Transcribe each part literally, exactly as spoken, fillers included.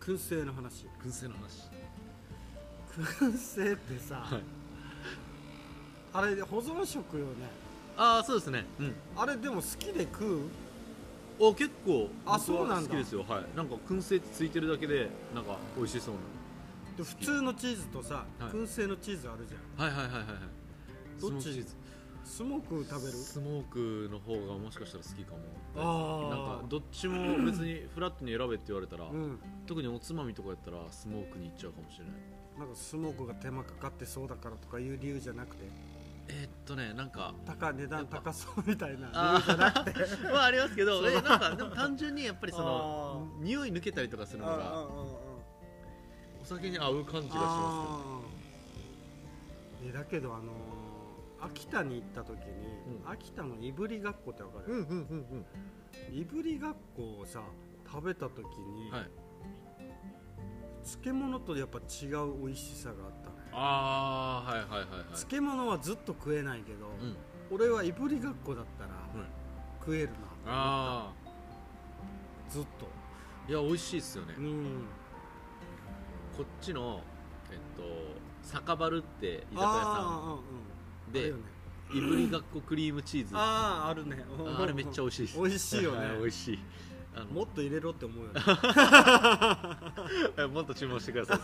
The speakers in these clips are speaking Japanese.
燻製の話燻製の話燻製ってさ、はい、あれ保存食よね。 ああそうですね、うん、 あれでも好きで食う？ お結構あそうなんだ。 好きですよ。はい、なんか燻製ってついてるだけでなんか美味しそうなで普通のチーズとさ、はい、燻製のチーズあるじゃん。 はいはいはいはいはい。 どっち？スモーク食べる？ スモークの方がもしかしたら好きかも。あなんかどっちも別にフラットに選べって言われたら、うん、特におつまみとかやったらスモークに行っちゃうかもしれない。なんかスモークが手間かかってそうだからとかいう理由じゃなくて、 えー、っとねなんか高値段高そうみたいな理由じゃなくてまあありますけど、えなんかでも単純にやっぱりその匂い抜けたりとかするのがお酒に合う感じがしますね。だけどあのー秋田に行った時に、うん、秋田のいぶりがっこってわかる？うんうんうんうん、いぶりがっこをさ食べた時に、はい、漬物とやっぱ違う美味しさがあったね。 ああはいはいはい、はい、 漬物はずっと食えないけど、うん、俺はいぶりがっこだったら、うん、食えるなと思った。あずっといや美味しいっすよね、うん、こっちのえっと酒場って居酒屋さんで、ね、いぶりがっこクリームチーズあああるね。 あれめっちゃ美味しいです。 美味しいよね美味しい。 あのもっと入れろって思うよねもっと注文してください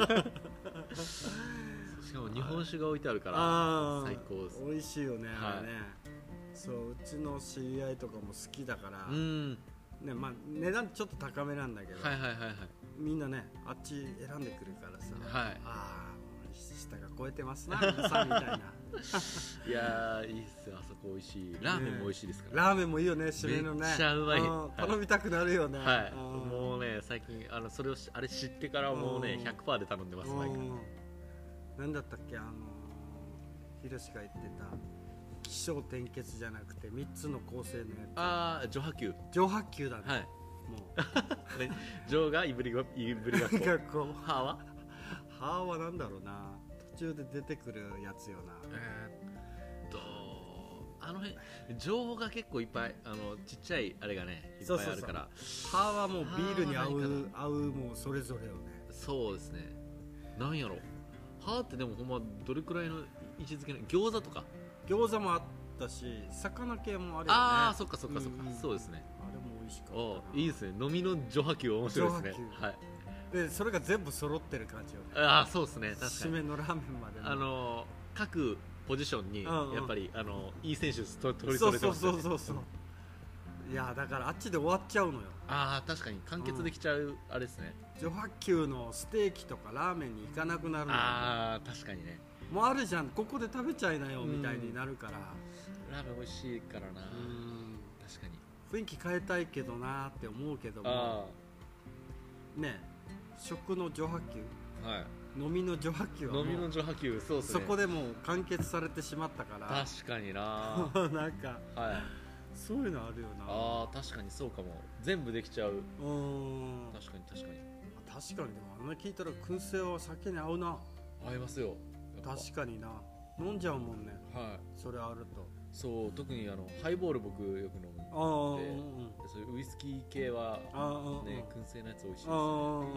しかも日本酒が置いてあるから最高です。 美味しいよね、はい、あれね。そううちの知り合いとかも好きだからうんね、まあ、値段ちょっと高めなんだけど、はいはいはいはい、みんなねあっち選んでくるからさ、はい、ああ下が超えてますな皆さんみたいな。 いやーいいっすよ、あそこ美味しい。ラーメンも美味しいですから、ね、 ラーメンもいいよね、締めのねめっちゃうまい、 頼みたくなるよね。 はい、もうね最近あのそれをあれ知ってからもうね ひゃくパーセント で頼んでます。毎回なんだったっけ、あのヒロシが言ってた起承転結じゃなくてみっつの構成のやつ。 ああ、上波球。 上波球だね。はい。もう上がいぶりがいぶりがっこ。歯は歯はなんだろうな。途中で出てくるやつよな。 えー、っとあの辺情が結構いっぱいあのちっちゃいあれがねいっぱいあるから。 歯はもうビールに合う合うもうそれぞれよね。 そうですね。なんやろ。歯ってでもほんまどれくらいの位置づけの餃子とか。 餃子もあったし魚系もあるよね。 ああそっかそっかそっか、うん、そうですね。 あれも美味しかったな。 いいですね。飲みの上波球面白いですね。はい。 でそれが全部揃ってる感じよね。 ああそうですね。確かに締めのラーメンまであの各ポジションにやっぱり、うんうん、あのいい選手取り揃えてますよね。そうそうそうそう。 いやだからあっちで終わっちゃうのよ。 ああ確かに完結できちゃう、うん、あれですね。 上波球のステーキとかラーメンに行かなくなるのよ。 ああ確かにね。 もうあるじゃん、ここで食べちゃいなよみたいになるから、 うん、ラーメン美味しいからな。うん確かに雰囲気変えたいけどなって思うけどもね、食の上波球、はい、飲みの上波球は飲みの上波球、そうですね。 そこでもう完結されてしまったから確かにななんか、はい、そういうのあるよな。 あー確かにそうかも。全部できちゃう。うん確かに確かに確かに。でもあんな聞いたら燻製は酒に合うな。 合いますよ。 確かにな。飲んじゃうもんね。はい。それあると。 そう特にあのハイボール僕よく飲むんで、そういうウイスキー系はね燻製のやつ美味しいですね。なる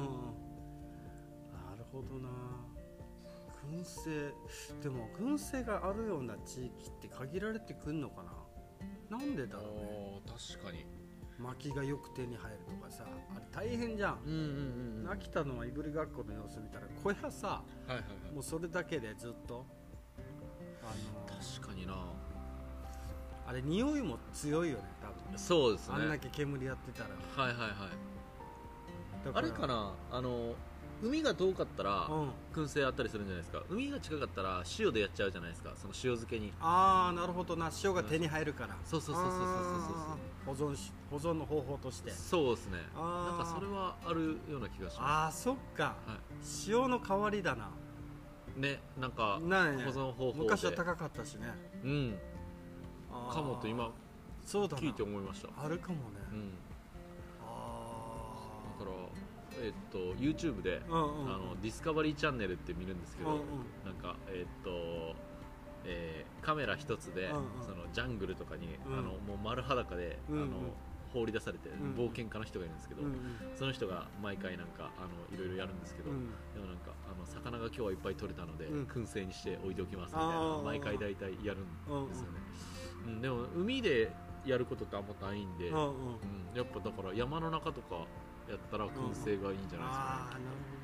ほどな。燻製でも燻製があるような地域って限られてくんのかな。なんでだろうね。 確かに薪がよく手に入るとかさ、あれ大変じゃん。うんうんうん、秋田のいぶりがっこの様子見たら小屋さ、はいはいはい、もうそれだけでずっとあのー、確かにな。 あれ匂いも強いよね多分。 そうですね。 あんだけ煙やってたら。 はいはいはい。あれかな、あの海が遠かったら燻製あったりするんじゃないですか。海が近かったら塩でやっちゃうじゃないですか、その塩漬けに。 ああなるほどな。塩が手に入るから。 そうそうそうそうそうそうそう。保存し保存の方法として。 そうですね。なんかそれはあるような気がします。 ああそっか、はい、塩の代わりだな。 ね、なんか保存方法で昔は高かったしね。 うんかもと今そうだ聞いて思いました。 あるかもね。うん、 あだからえっと YouTube で、うんうん、あのディスカバリーチャンネルって見るんですけど、うんうん、なんかえっと、えー、カメラ一つで、うんうん、そのジャングルとかに、うん、あのもう丸裸で、うんうん、あの放り出されて、うん、冒険家の人がいるんですけど、うんうん、その人が毎回なんかあのいろいろやるんですけど、うん、でもなんかあの魚が今日はいっぱい取れたので、うん、燻製にして置いておきますみたいな毎回大体やるんですよね、うん、でも海でやることってあんまないんで、うんうん、やっぱだから山の中とかやったら燻製がいいんじゃないですかね。あー、なる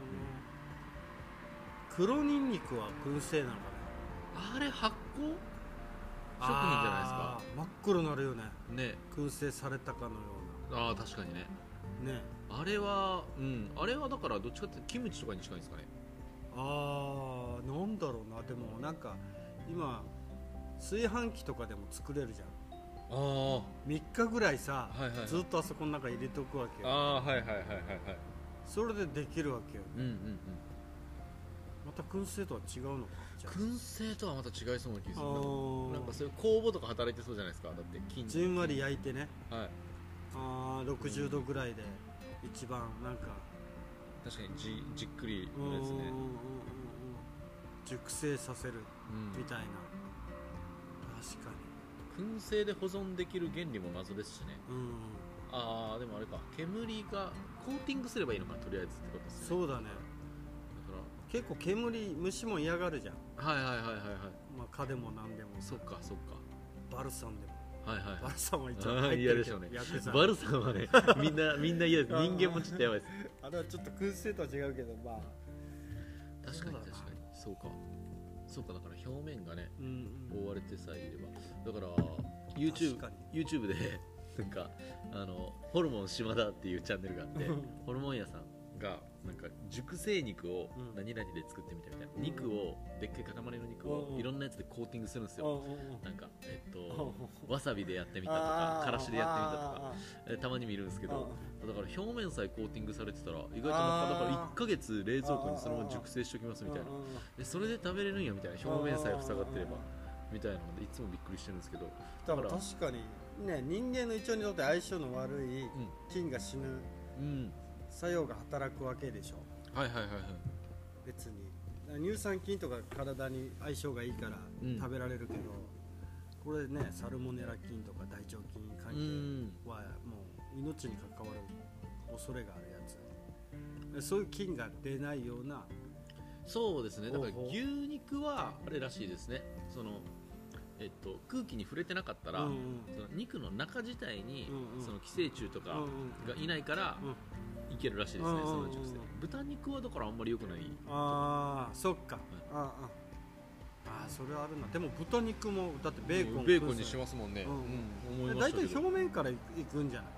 ほどね。黒ニンニクは燻製なのかね。 あれ発酵食品じゃないですか。 真っ黒になるよね。 ね、 燻製されたかのような。 ああ確かにね。 ね、 あれはうんあれはだからどっちかってキムチとかに近いんですかね。 ああなんだろうな。でもなんか今炊飯器とかでも作れるじゃん。 あみっかぐらいさ、 はいはいはい、 ずっとあそこの中入れておくわけよ。 ああはいはいはいはいはい。 それでできるわけよ、ね。 うんうんうん。 また燻製とは違うのか。 燻製とはまた違いそうな気がする。なんかそういう酵母とか働いてそうじゃないですか。だって金じんわり焼いてね、 はい、 あろくじゅうどぐらいで一番なんか確かに じ, じっくりのやつね、 熟成させるみたいな、うん、確かに燻製で保存できる原理も謎ですしね、 うん、 ああでもあれか煙がコーティングすればいいのかとりあえずってことですね。 そうだね。結構煙虫も嫌がるじゃん。 はいはいはいはいはい。 まあ蚊でもなんでも。 そっかそっか。 バルサンでも。 はいはいはい。 バルサンは一番入ってる嫌でしょうね。バルサンはねみんなみんな嫌です。人間もちょっとやばいです。 あれはちょっと燻製とは違うけどまあ。 確かに確かにそうかそうかだから表面がね、うんうん、覆われてさえいればだから YouTube, YouTube でなんかあのホルモン島田っていうチャンネルがあってホルモン屋さんがなんか熟成肉を何々で作ってみたみたいな、うん、肉をでっかい塊の肉をいろんなやつでコーティングするんですよ、うん、なんかえっとわさびでやってみたとかからしでやってみたとかたまに見るんですけどだから表面さえコーティングされてたら意外となんかだからいっかげつ冷蔵庫にそのまま熟成しておきますみたいなでそれで食べれるんやみたいな表面さえ塞がってればみたいなのでいつもびっくりしてるんですけどだから確かにね人間の胃腸にとって相性の悪い菌が死ぬ、うんうん作用が働くわけでしょ。 はいはいはいはい。 別に乳酸菌とか体に相性がいいから食べられるけど、うん、これねサルモネラ菌とか大腸菌関係はもう命に関わる恐れがあるやつ。そういう菌が出ないような。 そうですね。だから牛肉はあれらしいですね。そのえっと、空気に触れてなかったら、うんうん、その肉の中自体に、うんうん、その寄生虫とかがいないから、うんうんいけるらしいですね、その熟成。豚肉はだからあんまり良くない。 ああ、そっか。はい、ああ、ああ、それはあるな。でも豚肉もだってベーコン、 ベーコンにしますもんね。 うんうん、思いましたけど。大体表面からいくんじゃない。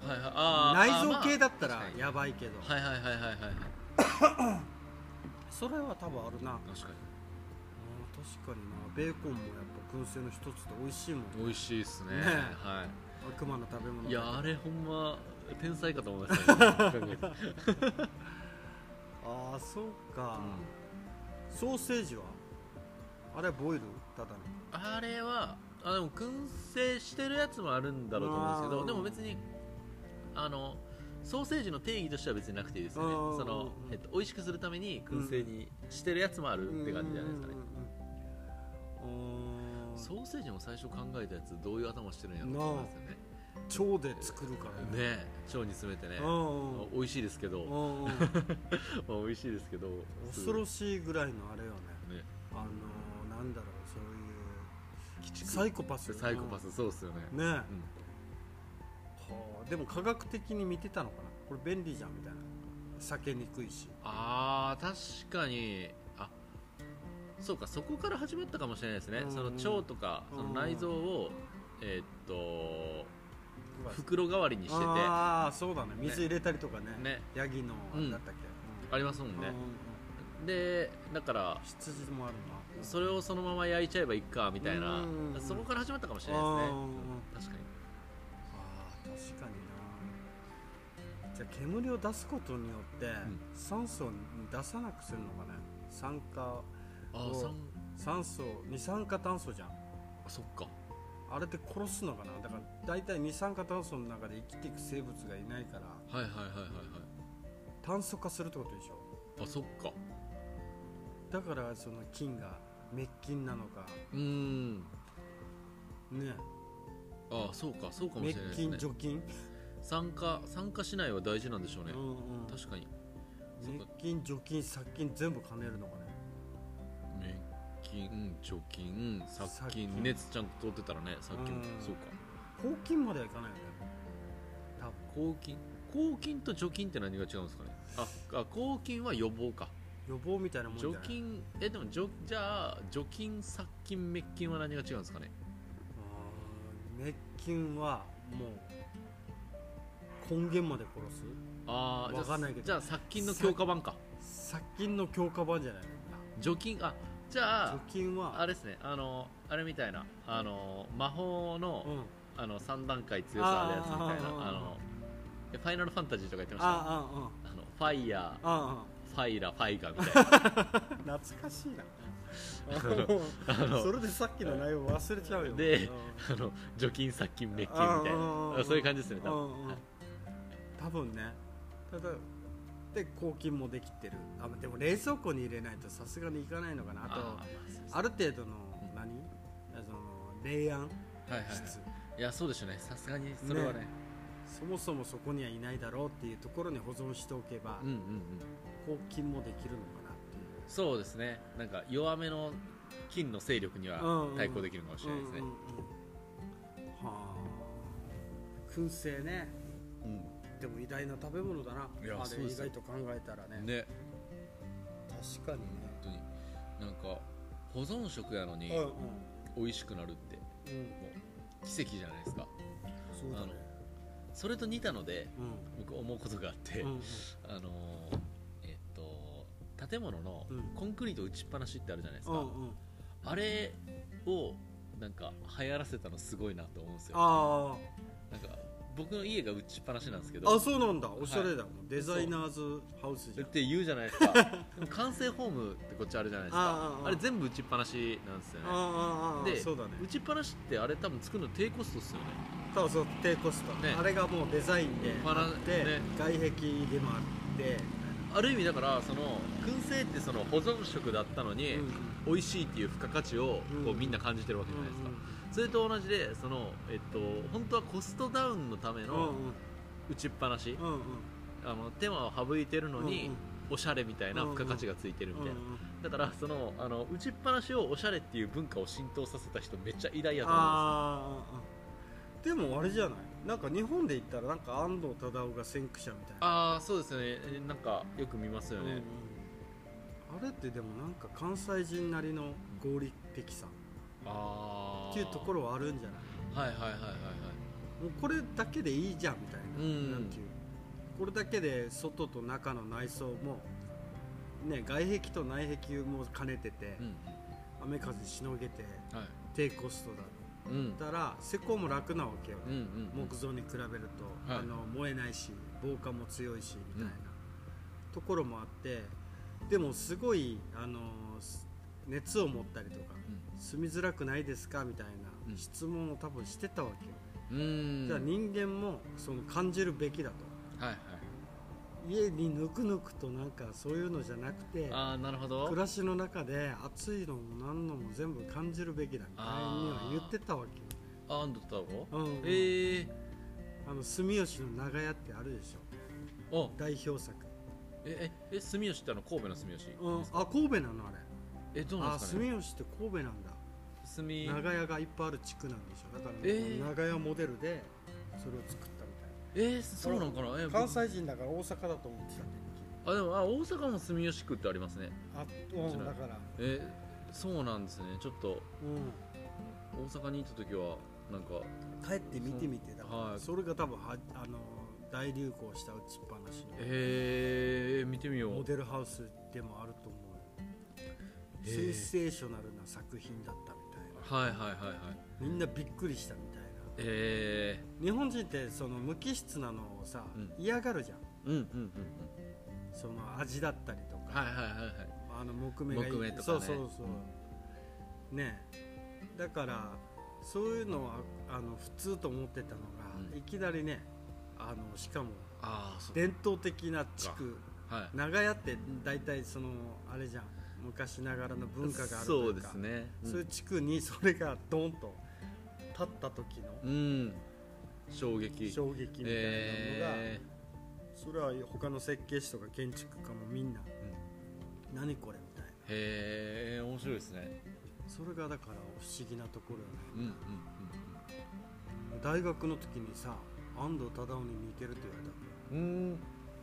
はいはい。あ内臓系だったらやばいけど。 はいはいはいはいはい。 それは多分あるな。 確かに。 あ確かにな。ベーコンもやっぱ燻製の一つで美味しいもんね。 美味しいですね。ねはい。 悪魔の食べ物。 いやあれほんま。天才かと思いましたねああそうか、うん、ソーセージはあれはボイルただのあれはあでも燻製してるやつもあるんだろうと思うんですけどでも別にあのソーセージの定義としては別になくていいですよねその、えっと、美味しくするために燻製にしてるやつもあるって感じじゃないですかねソーセージも最初考えたやつどういう頭してるんやろうと思いますよね腸で作るからねね腸に詰めてね美味しいですけどまあ美味しいですけど恐ろしいぐらいのあれよ ね, ねあのー、なんだろうそういうサイコパスサイコパスそうっすよねね、うん、はあでも科学的に見てたのかなこれ便利じゃんみたいな避けにくいしあー確かにあそうかそこから始まったかもしれないですね、うんうん、その腸とかその内臓をえー、っと袋代わりにしててああそうだね水入れたりとかねねヤギのあれだったっけ、 うん、ありますもんね、うん、でだから羊もあるなそれをそのまま焼いちゃえばいいかみたいなそこから始まったかもしれないですね確かにあ確かになじゃあ煙を出すことによって、うん、酸素を出さなくするのかね酸化をあ酸素二酸化炭素じゃんあそっかあれって殺すのかなだから大体二酸化炭素の中で生きていく生物がいないからはいはいはいはいはい炭素化するってことでしょあそっかだからその菌が滅菌なのかうーんねあそうかそうかもしれないですね滅菌除菌酸化酸化しないは大事なんでしょうね、うんうん、確かに滅菌除菌殺菌全部兼ねるのかね。 滅菌除菌殺菌熱ちゃんと通ってたらね殺菌、うん、そうか抗菌まではいかないよね多分。抗菌抗菌と除菌って何が違うんですかね。ああ抗菌は予防か。 予防みたいなもんじゃない。 除菌えでもじょじゃあ除菌殺菌滅菌は何が違うんですかね。 あ滅菌はもう根源まで殺す。 ああ分かんないけどじゃあ殺菌の強化版か。 殺菌の強化版じゃないのかな。 除菌あじゃあ除菌はあれですねあのあれみたいなあの魔法の、うん、あのさん段階強さあるやつみたいなあのファイナルファンタジーとか言ってました。あああのファイヤーあファイラファイガーみたいな懐かしいなあのそれでさっきの内容忘れちゃうよ。 であの除菌殺菌滅菌みたいなそういう感じですね多分、はい、 多分ね。ただで抗菌もできてる。あでも冷蔵庫に入れないとさすがにいかないのかな。あと あ, ある程度の何、うん、その冷暗室、はいはいはい、 いやそうでしょうねさすがにそれは ね, ねそもそもそこにはいないだろうっていうところに保存しておけば、うんうんうん、抗菌もできるのかなっていう。 そうですね。なんか弱めの菌の勢力には対抗できるかもしれないですね。 はあ燻製ね、うん、でも偉大な食べ物だな。 いやあれ意外と考えたら ね, ね確かにね。 本当になんか保存食やのに美味しくなるって、うん、もう奇跡じゃないですか。 そうだね。 あのそれと似たので、うん、僕思うことがあって、うんうん、あのえっと建物のコンクリート打ちっぱなしってあるじゃないですか、うんうん、あれをなんか流行らせたのすごいなと思うんですよ。あなんか僕の家が打ちっぱなしなんですけど。 あそうなんだ。おしゃれだもん、はい、デザイナーズハウスじゃんって言うじゃないですかでも完成ホームってこっちあるじゃないですか。 あ, あ, あれ全部打ちっぱなしなんですよね。あでそうだね。打ちっぱなしってあれ多分作るの低コストっすよね。 そうそう低コスト、ね、あれがもうデザインであって、ね、外壁でもあってある意味だからその燻製ってその保存食だったのに、うん、美味しいっていう付加価値をこうみんな感じてるわけじゃないですか、うんうん、それと同じでその、えっと、本当はコストダウンのための打ちっぱなし、うんうん、あの手間を省いてるのに、うんうん、おしゃれみたいな付加価値がついてるみたいな、うんうん、だからそのあの打ちっぱなしをおしゃれっていう文化を浸透させた人めっちゃ偉大やと思うんですよ。 でもあれじゃない。なんか日本で言ったらなんか安藤忠雄が先駆者みたいな。 ああそうですね。なんかよく見ますよね、うんうん、 あれってでもなんか関西人なりの合理的さあっていうところはあるんじゃない。はいはいはいはいはい。もうこれだけでいいじゃんみたいな、うん、なんていうこれだけで外と中の内装もね外壁と内壁も兼ねてて、うん、雨風しのげて、はい、低コストだうん、だから施工も楽なわけよ、うんうんうん、木造に比べると、はい、あの燃えないし防火も強いしみたいな、うん、ところもあってでもすごいあの熱を持ったりとか、うん、住みづらくないですかみたいな質問を多分してたわけよ、うん、だから人間もその感じるべきだと、はいはい、家にぬくぬくとなんかそういうのじゃなくてあなるほど暮らしの中で暑いのも何のも全部感じるべきだみたいには言ってたわけよね。 あんどったろ、 うん、えー、あの住吉の長屋ってあるでしょ代表作。 えええ住吉ってあの神戸の住吉、 うん、あ神戸なのあれ。 えどうなんですかね。 あ住吉って神戸なんだ。 住長屋がいっぱいある地区なんでしょ。だから、えー、長屋モデルでそれを作ったみたいな。 えー、そうなんかな、えー、 関西人だから大阪だと思ってたんだよ。 あでもあ大阪も住吉区ってありますね。 あうんだからえそうなんですね。ちょっと、うん、大阪に行った時はなんか帰って見てみてだから、はい、それが多分はあの大流行した打ちっぱなしのえー、見てみよう。 モデルハウスでもあると思う。センセーショナルな作品だったみたいな。 はいはいはいはい。 みんなびっくりしたみたいな。 えー、日本人ってその無機質なのをさ、うん、嫌がるじゃん。うんうんうんうん。その味だったりとか、はいはいはいはい、あの木目がいい木目とかね、 そうそうそう、うん、ねだからそういうのはあの普通と思ってたのが、うん、いきなりねあのしかも伝統的な地区、はい、長屋って大体そのあれじゃん昔ながらの文化があるというかそうですね、うん、 そういう地区にそれがドンと立った時の、うん衝撃衝撃みたいなのが、えー、それは他の設計士とか建築家もみんな、うん、何これみたいな。 へえ面白いですね。 それがだから不思議なところよね、 うんうんうんうん、大学の時にさ安藤忠雄に似てるって言われた。 うーん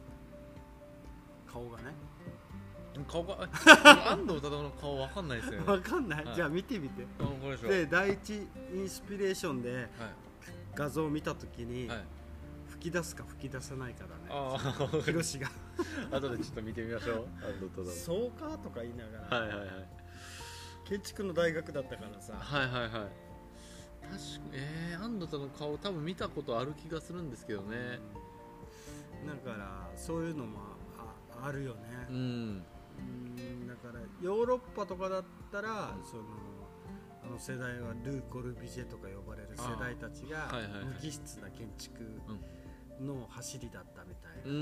顔がね顔が安藤忠雄の顔わかんないですよね。 わかんない、はい、じゃあ見てみて。で第一インスピレーションで画像を見たときに、はい、吹き出すか吹き出さないかだね。ヒロシが後でちょっと見てみましょう。安藤忠雄そうかとか言いながら、 はいはいはい、 建築の大学だったからさ。 はいはいはい。確かえー、安藤忠雄の顔多分見たことある気がするんですけどね、 うん、だからそういうのも あ, あるよね、 うん、 うんだからヨーロッパとかだったら、うん、そのあの世代はルー・コルビジェとか呼ばれる世代たちが無機質な建築の走りだったみたいな、うん、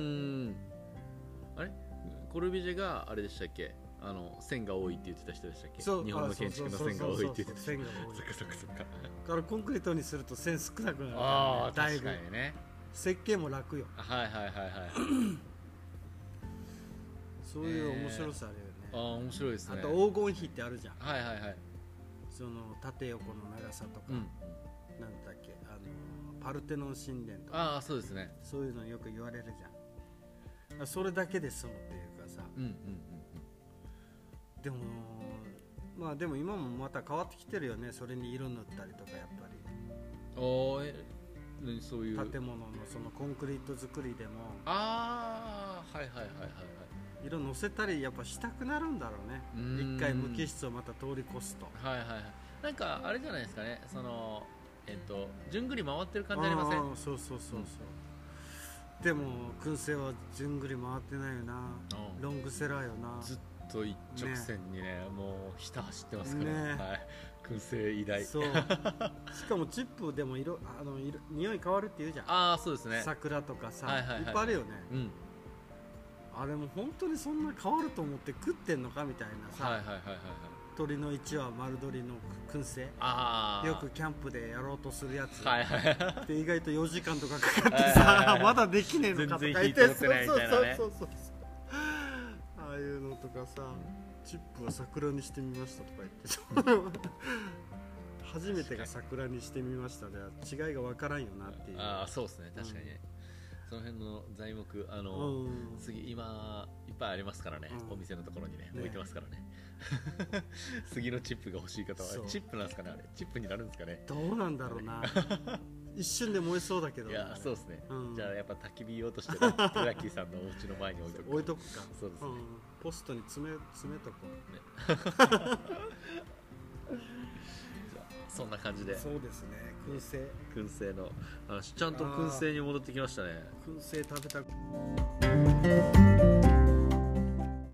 あれコルビジェがあれでしたっけ、あの線が多いって言ってた人でしたっけ。日本の建築の線が多いって言ってた。 線が多い。 そっかそっかそっか。 だからコンクリートにすると線少なくなる、ね。 ああ確かにね。 設計も楽よ。 はいはいはいはい。 そういう面白さあるよね。 ああ面白いですね。 あと黄金比ってあるじゃん。 はいはいはい。 その縦横の長さとか、うん、なんだっけあのパルテノン神殿とか。 ああそうですね。 そういうのよく言われるじゃん。それだけで済むっていうかさ。うんうんうん。でもまあでも今もまた変わってきてるよね。それに色塗ったりとかやっぱり。 おえそういう建物のそのコンクリート作りでも。 ああはいはいはいはいはい。 色乗せたりやっぱしたくなるんだろうね。一回無機質をまた通り越すと。 はいはいはい。なんかあれじゃないですかね。そのえっとじゅんぐり回ってる感じありません？ そうそうそうそう。うんでも燻製はじゅんぐり回ってないよな。ロングセラーよな。 ずっと一直線にね、ねもうひた走ってますからね。はい、燻製偉大。そう。しかもチップでも色あの色匂い変わるって言うじゃん。 ああそうですね。 桜とかさ、 はいはいはい、 いっぱいあるよね。 うん。 あれも本当にそんな変わると思って食ってんのかみたいなさ。はいはいはいはい。鳥のいちわ丸鶏の燻製、あよくキャンプでやろうとするやつ、はいはい、で意外とよじかんとかかかってさ、はいはいはい、まだできねえのかとか言って、そうそうそうそうああいうのとかさ、チップは桜にしてみましたとか言って初めてが桜にしてみましたで違いが分からんよなっていう。 ああそうですね確かにね、うん、その辺の材木あの、うん、次今いっぱいありますからね、うん、お店のところにね置いてますからね杉のチップが欲しい方はチップなんですかね。あれチップになるんですかね。 どうなんだろうな一瞬で燃えそうだけど、ね、 いやそうですね、うん、じゃあやっぱ焚き火用としてラッキーさんのお家の前に置いとく置いとくか。 そうですね、うん、 ポストに詰め詰めとこう、ね、 じゃあそんな感じで。 そうですね燻製燻製の話ちゃんと燻製に戻ってきましたね。 燻製食べた